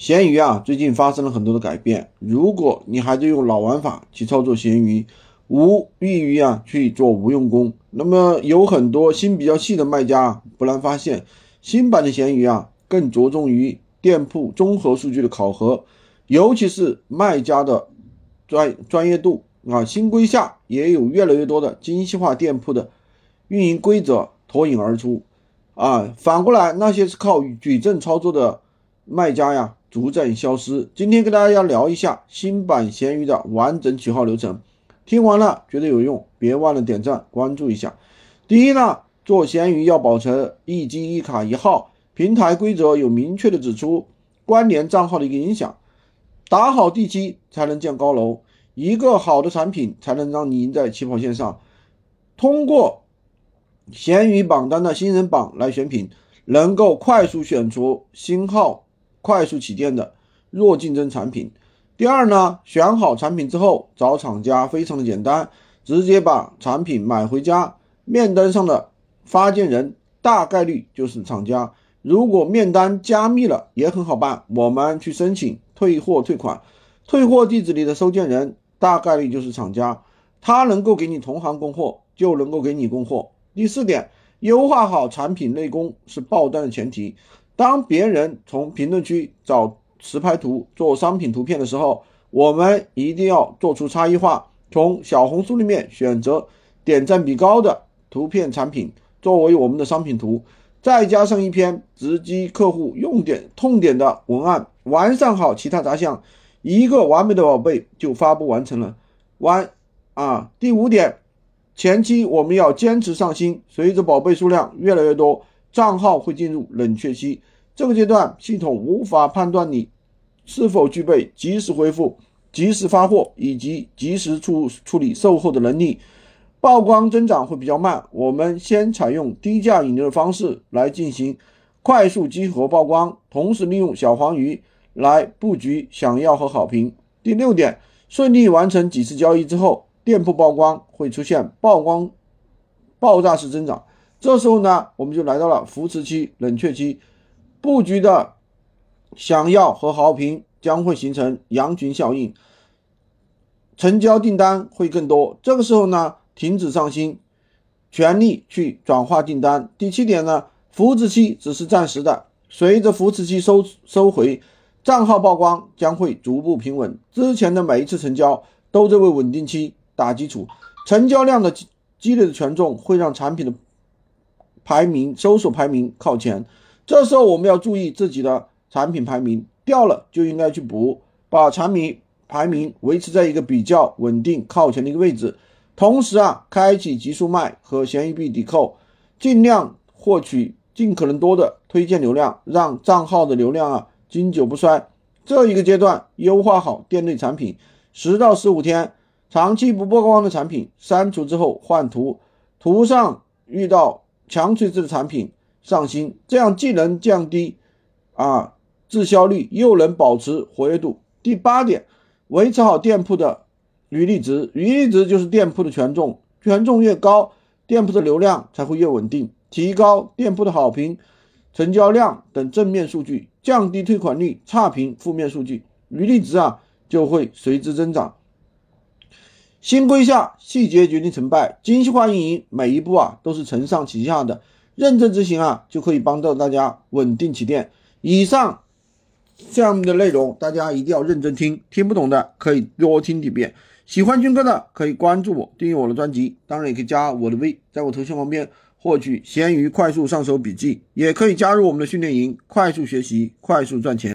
闲鱼啊，最近发生了很多的改变。如果你还在用老玩法去操作闲鱼，无异于去做无用功。那么有很多心比较细的卖家不难发现，新版的闲鱼更着重于店铺综合数据的考核，尤其是卖家的专业度新规下也有越来越多的精细化店铺的运营规则脱颖而出反过来那些是靠矩阵操作的卖家逐渐消失。今天跟大家聊一下新版闲鱼的完整取号流程，听完了觉得有用，别忘了点赞关注一下。第一呢，做闲鱼要保持一机一卡一号，平台规则有明确的指出关联账号的一个影响，打好地基才能建高楼，一个好的产品才能让你赢在起跑线上。通过闲鱼榜单的新人榜来选品，能够快速选出新号快速起店的弱竞争产品。第二呢，选好产品之后找厂家非常的简单，直接把产品买回家，面单上的发件人大概率就是厂家。如果面单加密了也很好办，我们去申请退货退款，退货地址里的收件人大概率就是厂家，他能够给你同行供货就能够给你供货。第四点，优化好产品内功是爆单的前提。当别人从评论区找实拍图做商品图片的时候，我们一定要做出差异化，从小红书里面选择点赞比高的图片产品作为我们的商品图，再加上一篇直击客户用点痛点的文案，完善好其他杂项，一个完美的宝贝就发布完成了。第五点，前期我们要坚持上新，随着宝贝数量越来越多，账号会进入冷却期，这个阶段系统无法判断你是否具备及时回复、及时发货以及及时处理售后的能力，曝光增长会比较慢。我们先采用低价引流的方式来进行快速激活曝光，同时利用小黄鱼来布局想要和好评。第六点，顺利完成几次交易之后，店铺曝光会出现爆炸式增长，这时候呢，我们就来到了扶持期、冷却期，布局的想要和好评将会形成羊群效应，成交订单会更多。这个时候呢，停止上新，全力去转化订单。第七点呢，扶持期只是暂时的，随着扶持期收回，账号曝光将会逐步平稳。之前的每一次成交都在为稳定期打基础，成交量的积累的权重会让产品的搜索排名靠前。这时候我们要注意自己的产品排名掉了就应该去补，把产品排名维持在一个比较稳定靠前的一个位置。同时开启极速卖和闲鱼币抵扣，尽量获取尽可能多的推荐流量，让账号的流量经久不衰。这一个阶段优化好店内产品，10到15天，长期不曝光的产品删除之后换图，图上遇到强垂直的产品上新，这样既能降低滞销率，又能保持活跃度。第八点，维持好店铺的余力值。余力值就是店铺的权重，权重越高，店铺的流量才会越稳定，提高店铺的好评、成交量等正面数据，降低退款率、差评负面数据，余力值就会随之增长。新规下细节决定成败，精细化运营每一步都是承上启下的，认真执行就可以帮到大家稳定起店。以上项目的内容大家一定要认真听，听不懂的可以多听几遍。喜欢军哥的可以关注我，订阅我的专辑，当然也可以加我的微，在我头像旁边获取闲鱼快速上手笔记，也可以加入我们的训练营，快速学习，快速赚钱。